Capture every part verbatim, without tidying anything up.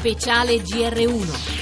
Speciale G R uno.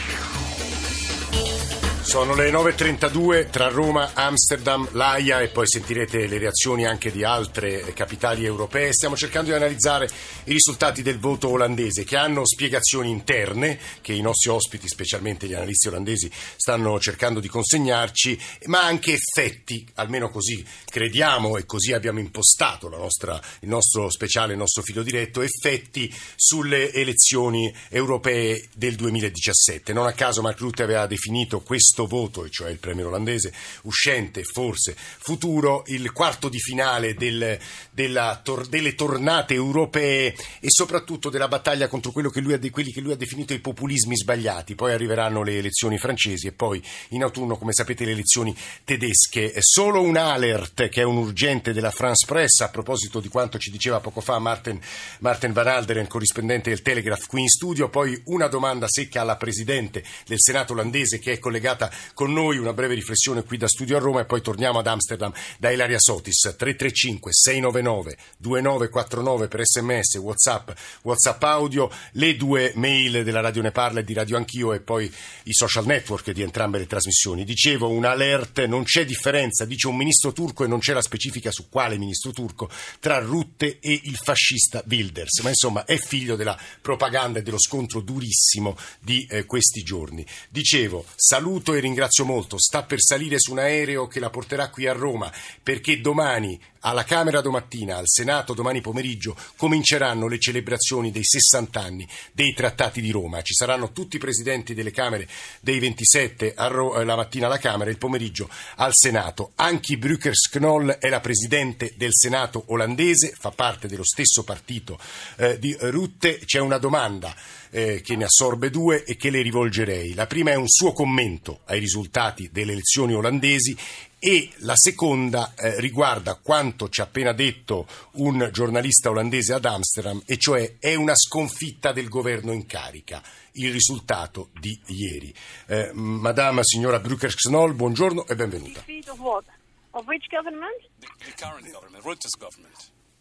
Sono le nove e trentadue tra Roma, Amsterdam, l'Aia e poi sentirete le reazioni anche di altre capitali europee. Stiamo cercando di analizzare i risultati del voto olandese, che hanno spiegazioni interne che i nostri ospiti, specialmente gli analisti olandesi, stanno cercando di consegnarci, ma anche effetti, almeno così crediamo e così abbiamo impostato la nostra, il nostro speciale, il nostro filo diretto, effetti sulle elezioni europee del duemiladiciassette. Non a caso Mark Rutte aveva definito questo voto, e cioè il premier olandese uscente, forse futuro, il quarto di finale del, della, tor, delle tornate europee e soprattutto della battaglia contro quello che lui ha, quelli che lui ha definito i populismi sbagliati. Poi arriveranno le elezioni francesi e poi in autunno, come sapete, le elezioni tedesche. Solo un alert, che è un urgente della France Press, a proposito di quanto ci diceva poco fa Martin, Martin Van Alderen, corrispondente del Telegraph qui in studio. Poi una domanda secca alla Presidente del Senato olandese, che è collegata con noi, una breve riflessione qui da studio a Roma e poi torniamo ad Amsterdam da Ilaria Sotis. Tre tre cinque sei nove nove due nove quattro nove per sms, whatsapp, whatsapp audio, le due mail della Radio Ne Parla e di Radio Anch'io e poi i social network di entrambe le trasmissioni. Dicevo, un alert, non c'è differenza, dice un ministro turco e non c'è la specifica su quale ministro turco, tra Rutte e il fascista Wilders, ma insomma è figlio della propaganda e dello scontro durissimo di eh, questi giorni. Dicevo, saluto e ringrazio molto, sta per salire su un aereo che la porterà qui a Roma, perché domani alla Camera domattina, al Senato domani pomeriggio, cominceranno le celebrazioni dei sessanta anni dei Trattati di Roma. Ci saranno tutti i presidenti delle Camere dei ventisette a Ro- la mattina alla Camera e il pomeriggio al Senato. Anche Bruckers Knoll è la presidente del Senato olandese, fa parte dello stesso partito eh, di Rutte. C'è una domanda eh, che ne assorbe due e che le rivolgerei. La prima è un suo commento ai risultati delle elezioni olandesi e la seconda eh, riguarda quanto ci ha appena detto un giornalista olandese ad Amsterdam, e cioè è una sconfitta del governo in carica il risultato di ieri. Eh, Madame, signora Bruckers-Knoll, buongiorno e benvenuta. Defeat of what? Of which government? The, the current government, Rutte's government.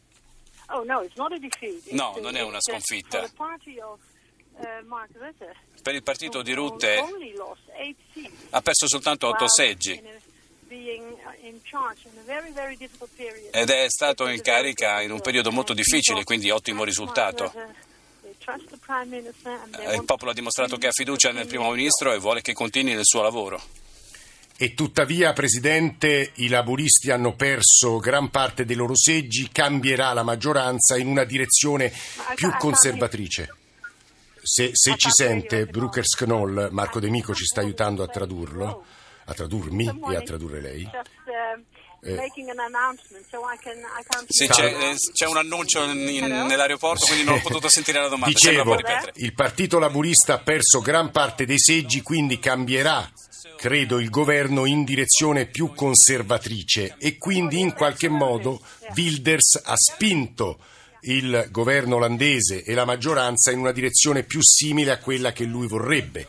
Oh no, it's not a defeat. No, It's non a- è una it's a- sconfitta. for the party of, uh, Mark Rutte, Per il partito di who Rutte only lost eight seats, ha perso soltanto otto while seggi in a- being in charge in a very, very difficult period. ed è stato It in was a very carica in un periodo molto difficult difficile, period. quindi ottimo risultato. Mark Rutte, they trust the Prime Minister and they Il want popolo ha dimostrato che ha fiducia nel primo ministro e vuole che continui nel suo lavoro. E tuttavia, Presidente, i laburisti hanno perso gran parte dei loro seggi, cambierà la maggioranza in una direzione più conservatrice. Se, se ci sente, Bruckers-Knoll, Marco De Mico ci sta aiutando a tradurlo, a tradurmi e a tradurre lei. Just, uh, making an announcement, so I can, I can't Sì, hear c'è, you. eh, c'è un annuncio in- in- nell'aeroporto, quindi non ho potuto sentire la domanda. Se me la Dicevo, può ripetere. il Partito Laburista ha perso gran parte dei seggi, quindi cambierà, credo, il governo in direzione più conservatrice e quindi in qualche modo Wilders ha spinto il governo olandese e la maggioranza in una direzione più simile a quella che lui vorrebbe.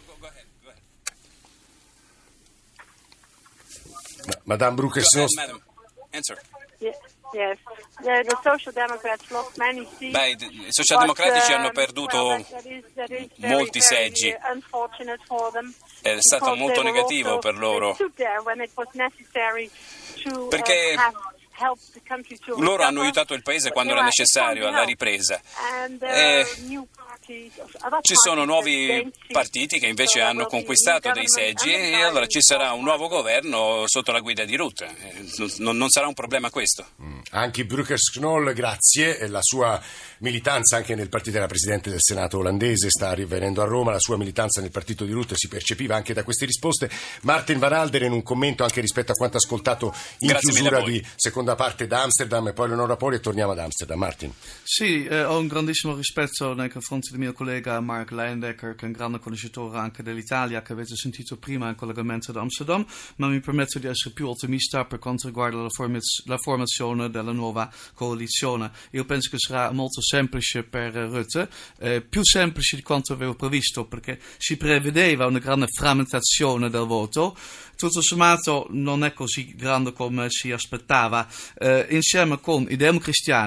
Ma- Madame Go Bruckers-Knoll, ahead, madam. Answer. Ye- Yes, the, the Social Democrats lost many seats. Beh, i socialdemocratici but, hanno um, perduto well, that- that is- that is very, molti very, seggi. uh, unfortunate for them, È stato because molto they were negativo also- per loro. they stood there when it was necessary to, uh, Perché have helped the country to loro recover. hanno aiutato il paese But quando there era are necessario some alla help. ripresa. And there Eh, are new parties, other Ci sono parties nuovi that gained seats. partiti che invece So there hanno will be conquistato new dei government seggi under e allora ci sarà un nuovo party. governo sotto la guida di Rutte. Eh, Non, non sarà un problema questo. anche Bruckers-Knoll, grazie, la sua militanza anche nel partito della Presidente del Senato olandese sta rivenendo a Roma, la sua militanza nel partito di Rutte si percepiva anche da queste risposte. Martin Van Alderen, un commento anche rispetto a quanto ascoltato in Grazie mille a chiusura voi. di seconda parte da Amsterdam e poi Leonora Poli e torniamo ad Amsterdam. Martin. Sì, eh, ho un grandissimo rispetto nei confronti del mio collega Mark Leindecker, che è un grande conoscitore anche dell'Italia, che avete sentito prima in collegamento da Amsterdam, ma mi permetto di essere più ottimista per quanto riguarda la, formaz- la formazione della nuova coalizione. Io penso che sarà molto semplice per Rutte, eh, più semplice di quanto avevo previsto, perché si prevedeva una grande frammentazione del voto. Tutto sommato non è così grande come si aspettava. Eh, insieme con i democristiani,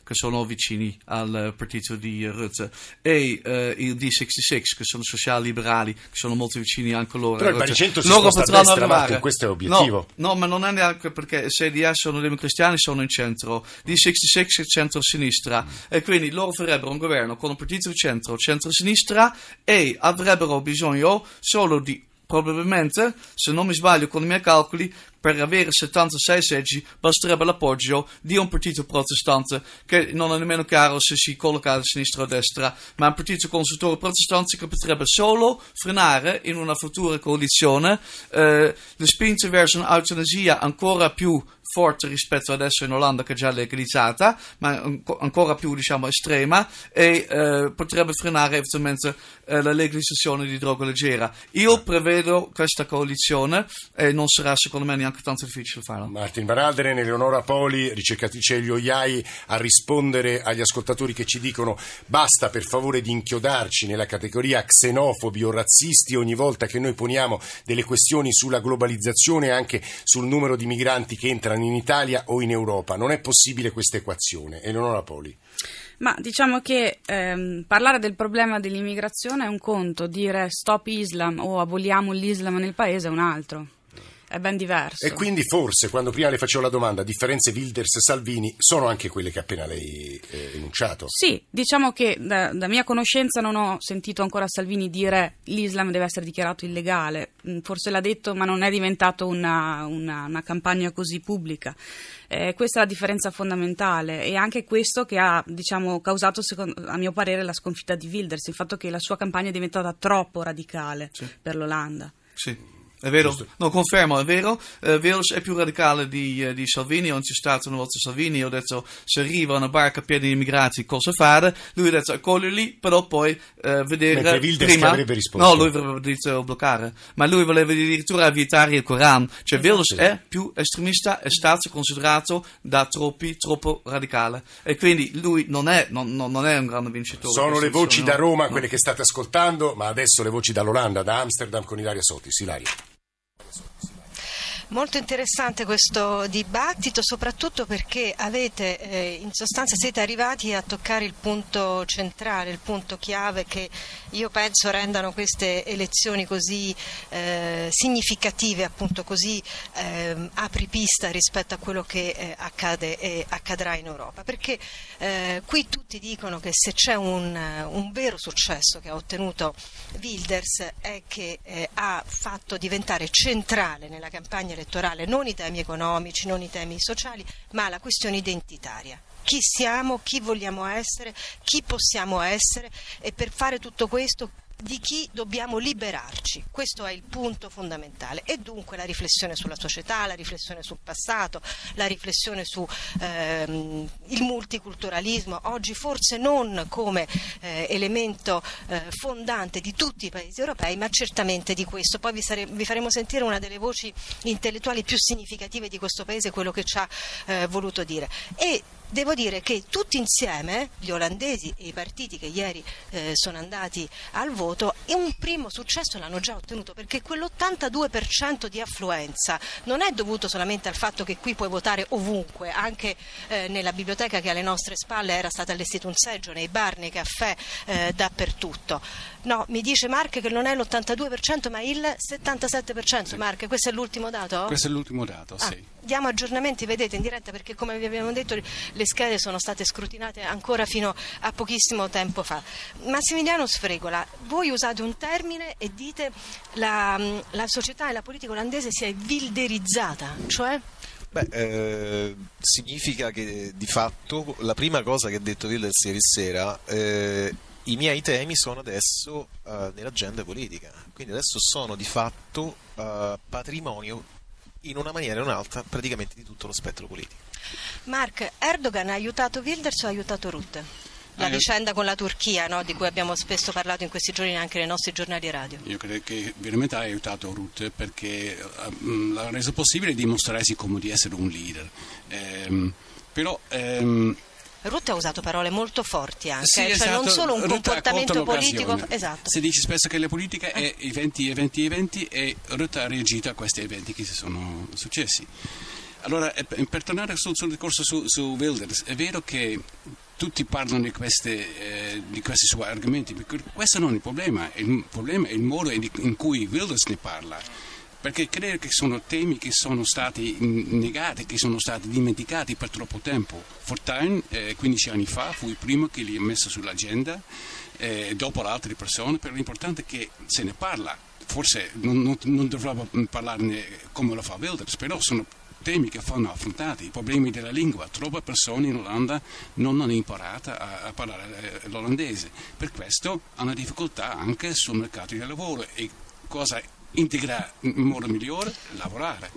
che sono vicini al partito di Rutte, e eh, il D sessantasei, che sono sociali-liberali, che sono molto vicini anche loro. Però il Baricentro si sposta a destra, Marco, questo è obiettivo. No, no, ma non è neanche perché il C D S sono democristiani, sono in centro, D sessantasei è centro-sinistra, mm. e quindi loro farebbero un governo con un partito di centro, centro-sinistra, e avrebbero bisogno solo di, probabilmente, se non mi sbaglio con i miei calcoli, per avere settantasei seggi basterebbe l'appoggio di un partito protestante, che non è nemmeno chiaro se si colloca a sinistra o a destra, ma un partito conservatore protestante che potrebbe solo frenare in una futura coalizione eh, le spinte verso un'eutanasia ancora più forte rispetto adesso in Olanda, che è già legalizzata, ma ancora più, diciamo, estrema, e eh, potrebbe frenare eventualmente eh, la legalizzazione di droga leggera. Io prevedo questa coalizione e non sarà secondo me neanche tanto difficile farlo. Martin Van Alderen, Eleonora Poli, ricercatrice degli O I A I, a rispondere agli ascoltatori che ci dicono: basta per favore di inchiodarci nella categoria xenofobi o razzisti ogni volta che noi poniamo delle questioni sulla globalizzazione e anche sul numero di migranti che entrano in Italia o in Europa. Non è possibile questa equazione. Eleonora Poli. Ma diciamo che ehm, parlare del problema dell'immigrazione è un conto, dire stop Islam o aboliamo l'Islam nel paese è un altro. È ben diverso. E quindi forse, quando prima le facevo la domanda, differenze Wilders-Salvini sono anche quelle che appena lei eh, enunciato? Sì, diciamo che da, da mia conoscenza non ho sentito ancora Salvini dire l'Islam deve essere dichiarato illegale. Forse l'ha detto, ma non è diventato una, una, una campagna così pubblica. Eh, questa è la differenza fondamentale, e anche questo che ha, diciamo, causato, secondo, a mio parere, la sconfitta di Wilders, il fatto che la sua campagna è diventata troppo radicale, sì, per l'Olanda. Sì. È vero? Giusto. No, confermo, è vero. Uh, Wilders è più radicale di, uh, di Salvini. Non c'è stato una volta Salvini, ho detto se arriva una barca piena di immigrati cosa fare? Lui ha detto accoglierli, però poi uh, vedere Mentre Wilders prima. Che avrebbe risposto. No, lui avrebbe detto bloccare, ma lui voleva addirittura vietare il Coran. Cioè Wilders sì. è più estremista, è stato considerato da troppi troppo radicale, e quindi lui non è, non, non è un grande vincitore. Sono le voci no, da Roma no. quelle che state ascoltando, ma adesso le voci dall'Olanda, da Amsterdam, con Ilaria Sotis. Ilaria. Molto interessante questo dibattito, soprattutto perché avete, eh, in sostanza siete arrivati a toccare il punto centrale, il punto chiave che io penso rendano queste elezioni così eh, significative, appunto così eh, apripista rispetto a quello che eh, accade e accadrà in Europa. Perché eh, qui tutti dicono che se c'è un, un vero successo che ha ottenuto Wilders è che eh, ha fatto diventare centrale nella campagna elettorale non i temi economici, non i temi sociali, ma la questione identitaria. Chi siamo, chi vogliamo essere, chi possiamo essere, e per fare tutto questo di chi dobbiamo liberarci. Questo è il punto fondamentale, e dunque la riflessione sulla società, la riflessione sul passato, la riflessione su ehm, il multiculturalismo, oggi forse non come eh, elemento eh, fondante di tutti i paesi europei, ma certamente di questo. Poi vi, sare- vi faremo sentire una delle voci intellettuali più significative di questo paese, quello che ci ha eh, voluto dire. E devo dire che tutti insieme, gli olandesi e i partiti che ieri eh, sono andati al voto, un primo successo l'hanno già ottenuto, perché quell'ottantadue per cento di affluenza non è dovuto solamente al fatto che qui puoi votare ovunque, anche eh, nella biblioteca che alle nostre spalle era stata allestito un seggio, nei bar, nei caffè, eh, dappertutto. No, mi dice Mark che non è l'ottantadue per cento ma il settantasette per cento. Sì. Mark, questo è l'ultimo dato? Questo è l'ultimo dato, ah, sì. Diamo aggiornamenti, vedete, in diretta, perché come vi abbiamo detto le schede sono state scrutinate ancora fino a pochissimo tempo fa. Massimiliano Sfregola, voi usate un termine e dite la, la società e la politica olandese si è wilderizzata, cioè? Beh, eh, significa che di fatto la prima cosa che ha detto Wilders ieri sera, eh, i miei temi sono adesso uh, nell'agenda politica, quindi adesso sono di fatto uh, patrimonio in una maniera o un'altra praticamente di tutto lo spettro politico. Mark, Erdogan ha aiutato Wilders o ha aiutato Rutte? La eh, vicenda con la Turchia, no? Di cui abbiamo spesso parlato in questi giorni anche nei nostri giornali radio. Io credo che veramente ha aiutato Rutte, perché um, l'ha reso possibile dimostrarsi come di essere un leader. Eh, però... Ehm, Rutte ha usato parole molto forti anche, sì, cioè esatto. non solo un Rutte comportamento politico, esatto. Si dice spesso che la politica è eventi, eventi, eventi, e Rutte ha reagito a questi eventi che si sono successi. Allora, per tornare sul, sul discorso su, su Wilders, è vero che tutti parlano di, queste, eh, di questi suoi argomenti, perché questo non è il problema, il problema è il modo in, in cui Wilders ne parla, perché credo che sono temi che sono stati negati, che sono stati dimenticati per troppo tempo. Fortuyn, eh, quindici anni fa, fu il primo che li ha messo sull'agenda, eh, dopo le altre persone, però l'importante è che se ne parla. Forse non, non, non dovrebbe parlarne come lo fa Wilders, però sono temi che vanno affrontati, i problemi della lingua. Troppe persone in Olanda non hanno imparato a, a parlare l'olandese, per questo hanno difficoltà anche sul mercato del lavoro. E cosa integrare in modo migliore? Lavorare.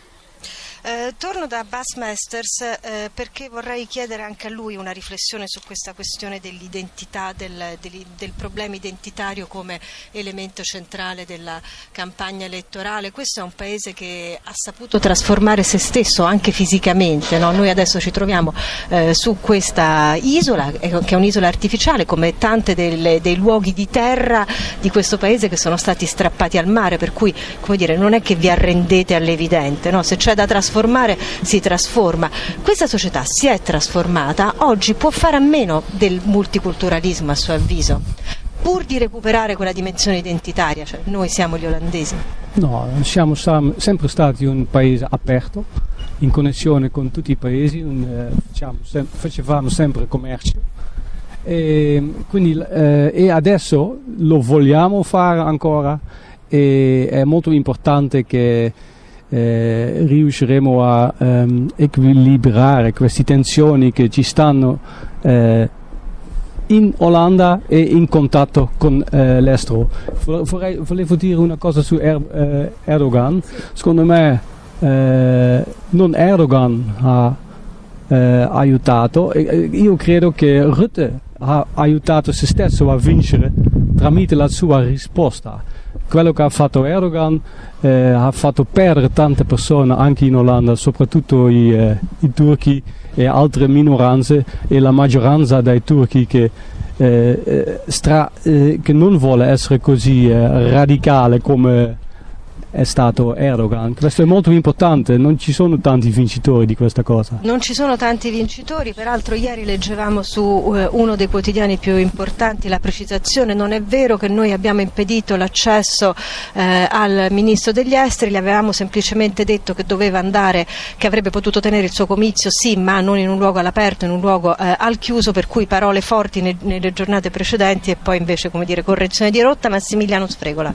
Eh, torno da Bas Mesters eh, perché vorrei chiedere anche a lui una riflessione su questa questione dell'identità, del, del, del problema identitario come elemento centrale della campagna elettorale. Questo è un paese che ha saputo trasformare se stesso anche fisicamente, no? Noi adesso ci troviamo eh, su questa isola, eh, che è un'isola artificiale, come tante delle, dei luoghi di terra di questo paese che sono stati strappati al mare, per cui, come dire, non è che vi arrendete all'evidente, no? Se c'è da trasformare si trasforma. Questa società si è trasformata, oggi può fare a meno del multiculturalismo a suo avviso, pur di recuperare quella dimensione identitaria, cioè noi siamo gli olandesi. No, siamo sempre stati un paese aperto, in connessione con tutti i paesi, eh, facciamo, sem- facevamo sempre commercio e, quindi, eh, e adesso lo vogliamo fare ancora e è molto importante che Eh, riusciremo a ehm, equilibrare queste tensioni che ci stanno eh, in Olanda e in contatto con eh, l'estero. Vorrei, volevo dire una cosa su er, eh, Erdogan. Secondo me eh, non Erdogan ha eh, aiutato, e, io credo che Rutte ha aiutato se stesso a vincere tramite la sua risposta. Quello che ha fatto Erdogan eh, ha fatto perdere tante persone anche in Olanda, soprattutto i, eh, i turchi e altre minoranze, e la maggioranza dei turchi che, eh, stra, eh, che non vuole essere così eh, radicale come è stato Erdogan. Questo è molto importante, non ci sono tanti vincitori di questa cosa. Non ci sono tanti vincitori, peraltro ieri leggevamo su eh, uno dei quotidiani più importanti la precisazione: non è vero che noi abbiamo impedito l'accesso eh, al ministro degli esteri, gli avevamo semplicemente detto che doveva andare, che avrebbe potuto tenere il suo comizio sì, ma non in un luogo all'aperto, in un luogo eh, al chiuso, per cui parole forti ne, nelle giornate precedenti e poi invece, come dire, correzione di rotta. Massimiliano Sfregola.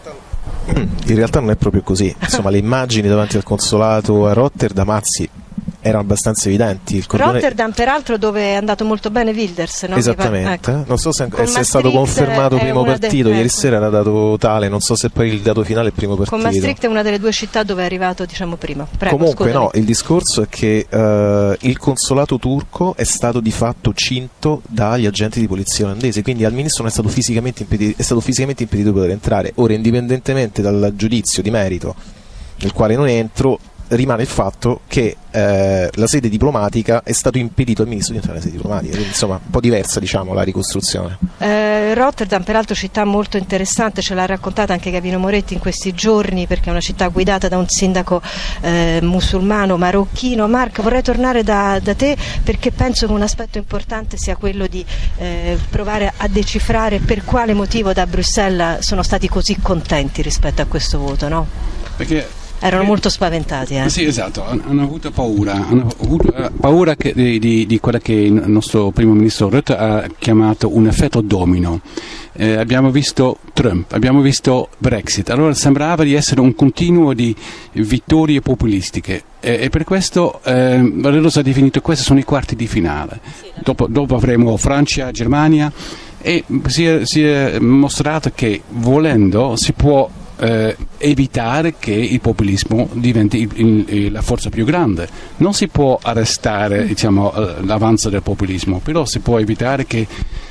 In realtà non è proprio così, insomma le immagini davanti al consolato a Rotterdam, anzi, erano abbastanza evidenti. Il cordone... Rotterdam peraltro dove è andato molto bene Wilders, no? Esattamente, ecco. Non so se è, se è stato confermato primo partito, de... ieri ecco. sera era dato tale, non so se poi il dato finale è primo partito. Con Maastricht è una delle due città dove è arrivato, diciamo, prima. Prego, Comunque scusami. no, il discorso è che uh, il consolato turco è stato di fatto cinto dagli agenti di polizia olandese, quindi al ministro non è stato fisicamente impedito, è stato fisicamente impedito di poter entrare. Ora, indipendentemente dal giudizio di merito, nel quale non entro, rimane il fatto che eh, la sede diplomatica è stato impedito al ministro di entrare nella sede diplomatica, quindi insomma un po' diversa, diciamo, la ricostruzione. Eh, Rotterdam peraltro città molto interessante, ce l'ha raccontata anche Gavino Moretti in questi giorni, perché è una città guidata da un sindaco eh, musulmano marocchino. Marco, vorrei tornare da, da te, perché penso che un aspetto importante sia quello di eh, provare a decifrare per quale motivo da Bruxelles sono stati così contenti rispetto a questo voto, no? Perché erano molto spaventati. Eh? Sì, esatto, hanno avuto paura, hanno avuto paura che, di, di, di quella che il nostro primo ministro Rutte ha chiamato un effetto domino. Eh, abbiamo visto Trump, abbiamo visto Brexit, allora sembrava di essere un continuo di vittorie populistiche e, e per questo eh, Valeros ha definito questi sono i quarti di finale. Dopo, dopo avremo Francia, Germania e si è, si è mostrato che volendo si può Eh, evitare che il populismo diventi il, il, la forza più grande. Non si può arrestare, diciamo, l'avanzo del populismo, però si può evitare che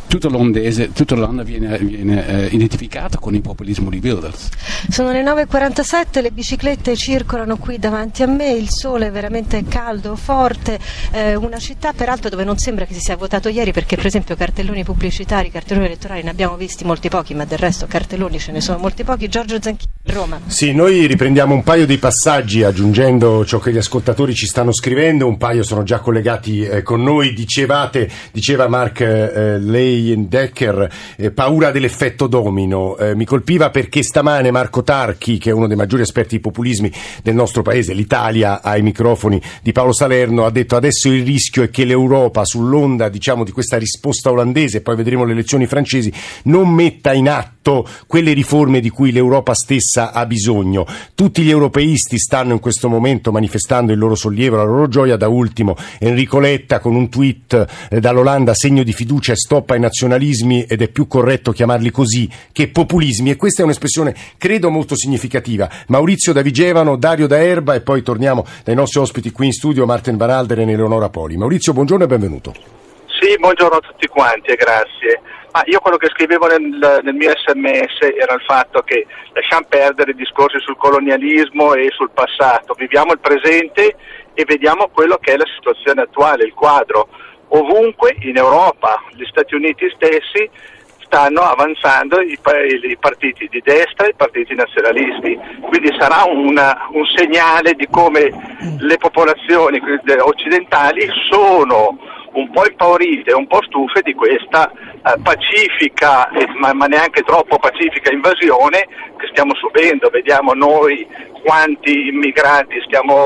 tutta l'olandese, tutta l'Olanda viene, viene eh, identificata con il populismo di Wilders. Sono le nove e quarantasette, le biciclette circolano qui davanti a me, il sole è veramente caldo, forte, eh, una città peraltro dove non sembra che si sia votato ieri, perché per esempio cartelloni pubblicitari, cartelloni elettorali ne abbiamo visti molti pochi, ma del resto cartelloni ce ne sono molti pochi. Giorgio Zanchini, Roma. Sì, noi riprendiamo un paio di passaggi aggiungendo ciò che gli ascoltatori ci stanno scrivendo, un paio sono già collegati eh, con noi. Dicevate, diceva Mark eh, Leyendecker, eh, paura dell'effetto domino. Eh, mi colpiva perché stamane Marco Tarchi, che è uno dei maggiori esperti di populismi del nostro paese, l'Italia, ai microfoni di Paolo Salerno, ha detto adesso il rischio è che l'Europa, sull'onda diciamo di questa risposta olandese, poi vedremo le elezioni francesi, non metta in atto quelle riforme di cui l'Europa stessa ha bisogno. Tutti gli europeisti stanno in questo momento manifestando il loro sollievo, la loro gioia. Da ultimo Enrico Letta con un tweet eh, dall'Olanda, segno di fiducia e stop ai nazionalismi, ed è più corretto chiamarli così che populismi, e questa è un'espressione credo molto significativa. Maurizio da Vigevano, Dario da Erba, e poi torniamo dai nostri ospiti qui in studio, Martin Van Alderen e Eleonora Poli. Maurizio, buongiorno e benvenuto. Sì, buongiorno a tutti quanti e grazie. Ma io quello che scrivevo nel, nel mio sms era il fatto che lasciamo perdere i discorsi sul colonialismo e sul passato, viviamo il presente e vediamo quello che è la situazione attuale, il quadro. Ovunque in Europa, gli Stati Uniti stessi stanno avanzando i, i partiti di destra, i partiti nazionalisti, quindi sarà una, un segnale di come le popolazioni occidentali sono un po' impaurite, un po' stufe di questa eh, pacifica, eh, ma, ma neanche troppo pacifica invasione che stiamo subendo. Vediamo noi quanti immigrati stiamo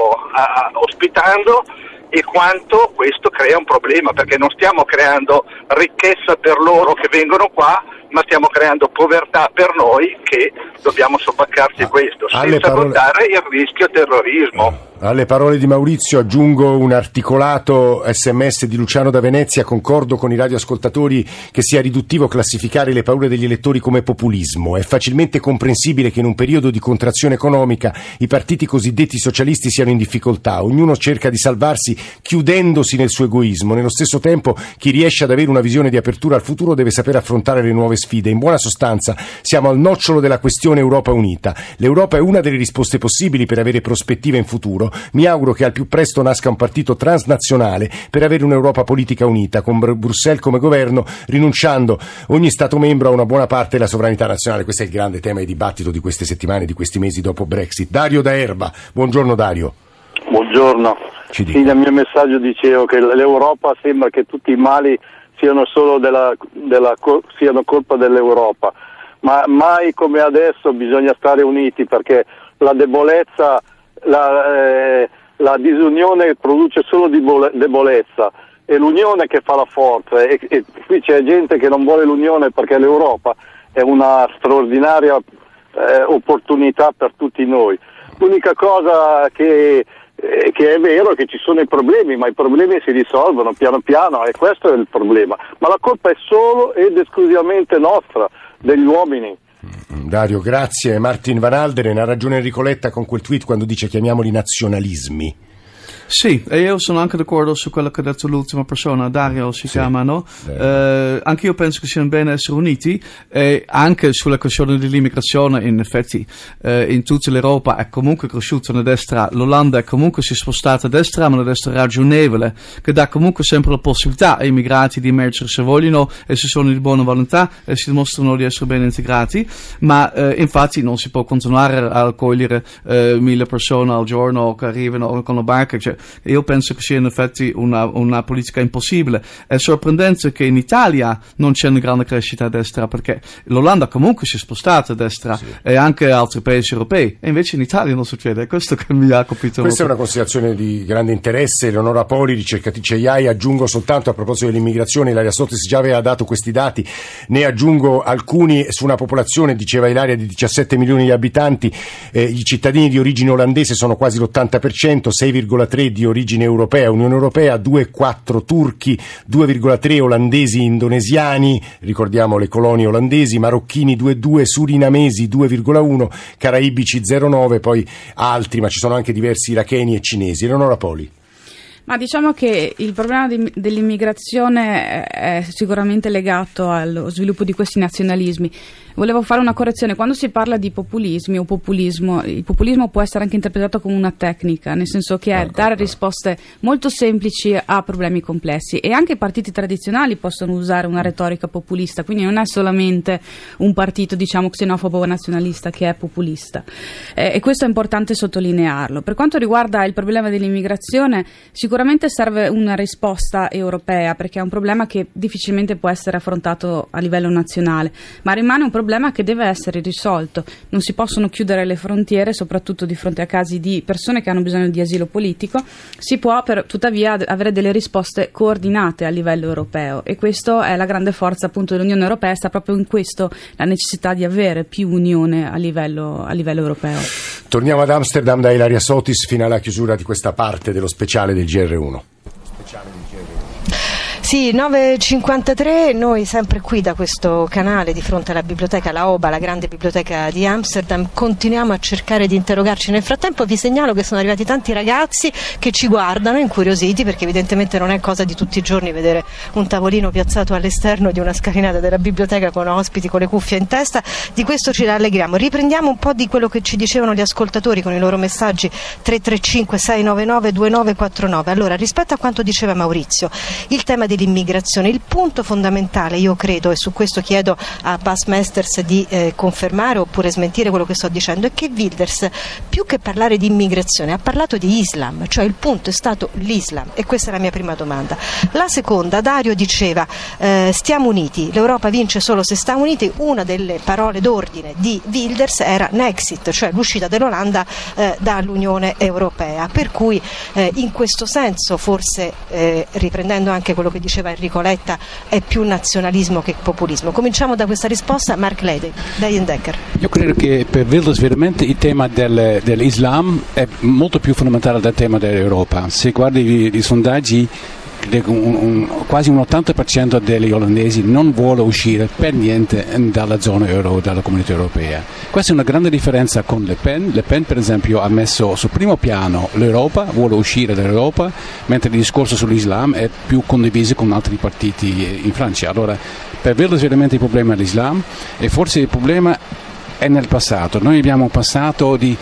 a, ospitando e quanto questo crea un problema, perché non stiamo creando ricchezza per loro che vengono qua, ma stiamo creando povertà per noi che dobbiamo sobbarcarci questo, senza parole... contare il rischio terrorismo. Alle parole di Maurizio aggiungo un articolato sms di Luciano da Venezia: concordo con i radioascoltatori che sia riduttivo classificare le paure degli elettori come populismo. È facilmente comprensibile che in un periodo di contrazione economica i partiti cosiddetti socialisti siano in difficoltà. Ognuno cerca di salvarsi chiudendosi nel suo egoismo. Nello stesso tempo chi riesce ad avere una visione di apertura al futuro deve sapere affrontare le nuove sfide. In buona sostanza siamo al nocciolo della questione Europa unita. L'Europa è una delle risposte possibili per avere prospettive in futuro. Mi auguro che al più presto nasca un partito transnazionale per avere un'Europa politica unita, con Bruxelles come governo, rinunciando ogni Stato membro a una buona parte della sovranità nazionale. Questo è il grande tema di dibattito di queste settimane, di questi mesi dopo Brexit. Dario da Erba, buongiorno Dario. Buongiorno. Sì, nel mio messaggio dicevo che l'Europa sembra che tutti i mali siano solo della, della, siano colpa dell'Europa, ma mai come adesso bisogna stare uniti, perché la debolezza La, eh, la disunione produce solo debolezza, è l'unione che fa la forza, e, e qui c'è gente che non vuole l'unione perché l'Europa è una straordinaria eh, opportunità per tutti noi. L'unica cosa che, eh, che è vero è che ci sono i problemi, ma i problemi si risolvono piano piano, e questo è il problema, ma la colpa è solo ed esclusivamente nostra, degli uomini. Dario, grazie. Martin Van Alderen, ha ragione Enrico Letta con quel tweet quando dice chiamiamoli nazionalismi. Sì, e io sono anche d'accordo su quello che ha detto l'ultima persona, Dario si sì, chiama, no? Eh, anche io penso che sia bene essere uniti, e anche sulla questione dell'immigrazione, in effetti, eh, in tutta l'Europa è comunque cresciuta una destra, l'Olanda è comunque si è spostata a destra, ma una destra ragionevole, che dà comunque sempre la possibilità ai immigrati di emergere se vogliono e se sono di buona volontà e si dimostrano di essere ben integrati, ma eh, infatti non si può continuare a accogliere eh, mille persone al giorno che arrivano con la barca, cioè, io penso che sia in effetti una, una politica impossibile. È sorprendente che in Italia non c'è una grande crescita a destra, perché l'Olanda comunque si è spostata a destra, sì, e anche altri paesi europei, e invece in Italia non succede. È questo che mi ha colpito. Questa molto. È una considerazione di grande interesse. Eleonora Poli, ricercatrice I A I. Aggiungo soltanto a proposito dell'immigrazione, Ilaria Sotis già aveva dato questi dati, ne aggiungo alcuni su una popolazione, diceva Ilaria, di diciassette milioni di abitanti. Eh, i cittadini di origine olandese sono quasi l'ottanta per cento, sei virgola tre di origine europea, Unione Europea, due virgola quattro turchi, due virgola tre olandesi indonesiani, ricordiamo le colonie olandesi, marocchini due virgola due, surinamesi due virgola uno, caraibici zero virgola nove, poi altri, ma ci sono anche diversi iracheni e cinesi. Eleonora Poli. Ma diciamo che il problema di, dell'immigrazione è sicuramente legato allo sviluppo di questi nazionalismi. Volevo fare una correzione: quando si parla di populismi o populismo, il populismo può essere anche interpretato come una tecnica, nel senso che è dare risposte molto semplici a problemi complessi, e anche i partiti tradizionali possono usare una retorica populista, quindi non è solamente un partito, diciamo, xenofobo o nazionalista che è populista, eh, e questo è importante sottolinearlo. Per quanto riguarda il problema dell'immigrazione, sicuramente serve una risposta europea, perché è un problema che difficilmente può essere affrontato a livello nazionale, ma rimane un problema che deve essere risolto. Non si possono chiudere le frontiere, soprattutto di fronte a casi di persone che hanno bisogno di asilo politico. Si può per, tuttavia avere delle risposte coordinate a livello europeo, e questo è la grande forza appunto dell'Unione Europea, sta proprio in questo la necessità di avere più unione a livello, a livello europeo. Torniamo ad Amsterdam da Ilaria Sotis fino alla chiusura di questa parte dello speciale del G R uno. Speciale del G R uno. Sì, nove e cinquantatré, noi sempre qui da questo canale di fronte alla biblioteca, la Oba, la grande biblioteca di Amsterdam, continuiamo a cercare di interrogarci. Nel frattempo vi segnalo che sono arrivati tanti ragazzi che ci guardano incuriositi, perché evidentemente non è cosa di tutti i giorni vedere un tavolino piazzato all'esterno di una scalinata della biblioteca con ospiti con le cuffie in testa. Di questo ci rallegriamo. Riprendiamo un po' di quello che ci dicevano gli ascoltatori con i loro messaggi tre tre cinque sei nove nove due nove quattro nove. Allora, rispetto a quanto diceva Maurizio, il tema dell'immigrazione, il punto fondamentale, io credo, e su questo chiedo a Bas Mesters di eh, confermare oppure smentire quello che sto dicendo, è che Wilders, più che parlare di immigrazione, ha parlato di Islam, cioè il punto è stato l'Islam, e questa è la mia prima domanda. La seconda, Dario diceva eh, stiamo uniti, l'Europa vince solo se sta uniti. Una delle parole d'ordine di Wilders era Nexit, cioè l'uscita dell'Olanda eh, dall'Unione Europea, per cui eh, in questo senso forse, eh, riprendendo anche quello che diceva Enrico Letta, è più nazionalismo che populismo. Cominciamo da questa risposta. Mark Leyendecker. Io credo che per Wilders veramente il tema del, dell'Islam è molto più fondamentale del tema dell'Europa. Se guardi i, i sondaggi, un, un, quasi un ottanta per cento degli olandesi non vuole uscire per niente dalla zona euro, dalla comunità europea. Questa è una grande differenza con Le Pen. Le Pen per esempio ha messo sul primo piano l'Europa, vuole uscire dall'Europa, mentre il discorso sull'Islam è più condiviso con altri partiti in Francia. Allora per Wilders veramente il problema è l'Islam, e forse il problema è nel passato. Noi abbiamo un passato di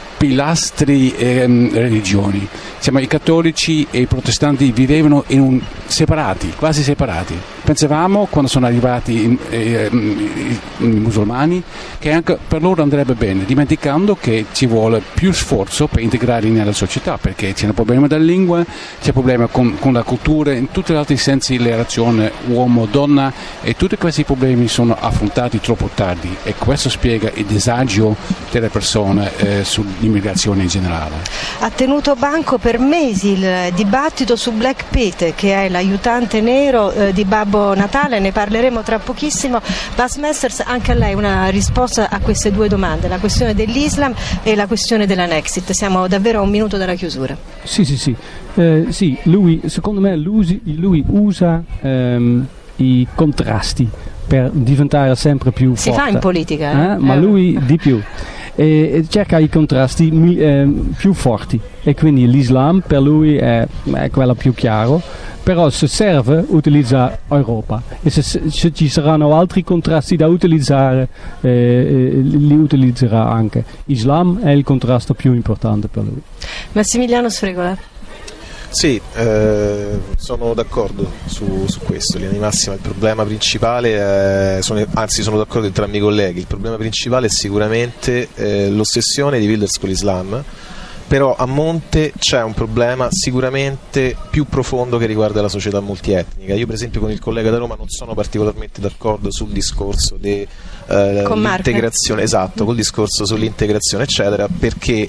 pilastri ehm, religioni. Siamo i cattolici e i protestanti vivevano in un, separati, quasi separati. Pensavamo, quando sono arrivati i, eh, i, i musulmani, che anche per loro andrebbe bene, dimenticando che ci vuole più sforzo per integrarli nella società, perché c'è un problema della lingua, c'è un problema con, con la cultura, in tutti gli altri sensi la relazione uomo-donna, e tutti questi problemi sono affrontati troppo tardi, e questo spiega il disagio delle persone eh, sull'immigrazione in generale. Ha tenuto banco per mesi il dibattito su Black Pete, che è l'aiutante nero eh, di Babbo Natale, ne parleremo tra pochissimo. Bas Mesters, anche a lei una risposta a queste due domande, la questione dell'Islam e la questione della Nexit. Siamo davvero a un minuto dalla chiusura. Sì, sì, sì. Eh, sì, lui, secondo me lui, lui usa ehm, i contrasti per diventare sempre più si forte. Si fa in politica, eh? Eh? Ma eh. lui di più. E cerca i contrasti eh, più forti, e quindi l'Islam per lui è, è quello più chiaro, però se serve utilizza Europa, e se, se ci saranno altri contrasti da utilizzare eh, li utilizzerà anche. Islam è il contrasto più importante per lui. Massimiliano Sfregola. Sì, eh, sono d'accordo su, su questo, linea di massima. Il problema principale, è, sono, anzi sono d'accordo con entrambi i colleghi, il problema principale è sicuramente eh, l'ossessione di Wilders con l'Islam, però a monte c'è un problema sicuramente più profondo che riguarda la società multietnica. Io per esempio con il collega da Roma non sono particolarmente d'accordo sul discorso dell'integrazione, eh, esatto, col discorso sull'integrazione eccetera, perché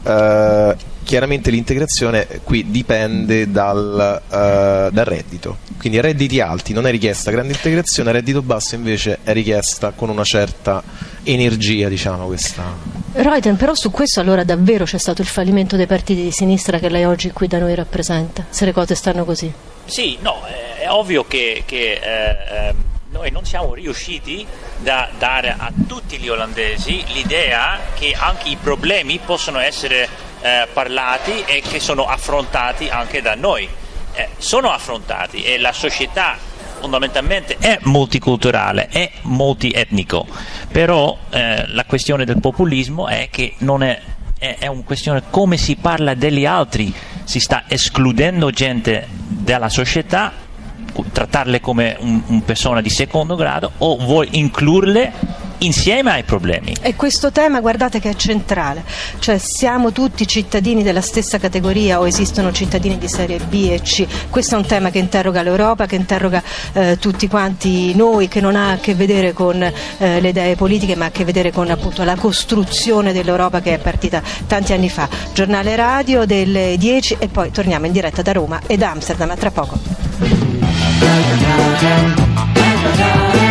eh, chiaramente l'integrazione qui dipende dal, uh, dal reddito, quindi a redditi alti non è richiesta grande integrazione, a reddito basso invece è richiesta con una certa energia, diciamo, questa. Reuten, però su questo allora davvero c'è stato il fallimento dei partiti di sinistra che lei oggi qui da noi rappresenta, se le cose stanno così. Sì, no, è ovvio che, che eh, noi non siamo riusciti da dare a tutti gli olandesi l'idea che anche i problemi possono essere eh, parlati e che sono affrontati anche da noi. Eh, sono affrontati e la società fondamentalmente è multiculturale, è multietnico, però eh, la questione del populismo è che non è, è, è una questione come si parla degli altri, si sta escludendo gente dalla società, trattarle come un, un persona di secondo grado, o vuoi inclurle insieme ai problemi. E questo tema, guardate che è centrale, cioè siamo tutti cittadini della stessa categoria o esistono cittadini di serie B e C? Questo è un tema che interroga l'Europa, che interroga eh, tutti quanti noi, che non ha a che vedere con eh, le idee politiche, ma ha a che vedere con appunto la costruzione dell'Europa che è partita tanti anni fa. Giornale radio delle dieci e poi torniamo in diretta da Roma e da Amsterdam a tra poco.